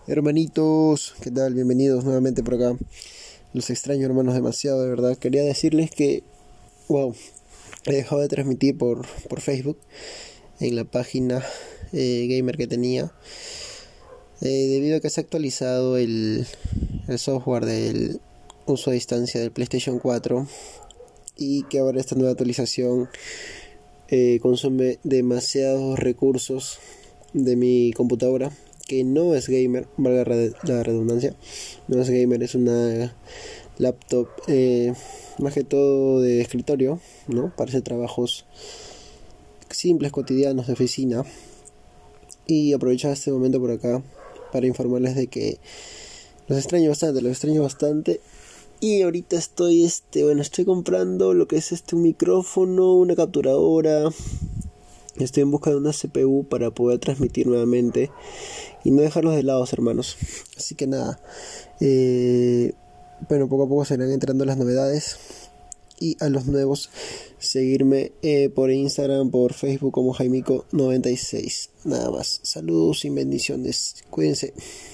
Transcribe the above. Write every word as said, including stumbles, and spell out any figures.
Hermanitos, ¿qué tal? Bienvenidos nuevamente por acá. Los extraño, hermanos, demasiado, de verdad. Quería decirles que, wow, he dejado de transmitir por, por Facebook en la página eh, gamer que tenía, eh, debido a que se ha actualizado el, el software del uso a distancia del PlayStation cuatro y que ahora esta nueva actualización eh, consume demasiados recursos de mi computadora, que no es gamer, valga la redundancia. No es gamer, es una laptop eh, más que todo de escritorio, ¿no? Para hacer trabajos simples, cotidianos, de oficina. Y aprovechar este momento por acá para informarles de que los extraño bastante, los extraño bastante. Y ahorita estoy, este, bueno, estoy comprando lo que es este un micrófono, una capturadora. Estoy en busca de una C P U para poder transmitir nuevamente y no dejarlos de lado, hermanos. Así que nada, eh, bueno, poco a poco se irán entrando las novedades. Y a los nuevos, seguirme eh, por Instagram, por Facebook como Jaimico noventa y seis. Nada más. Saludos y bendiciones. Cuídense.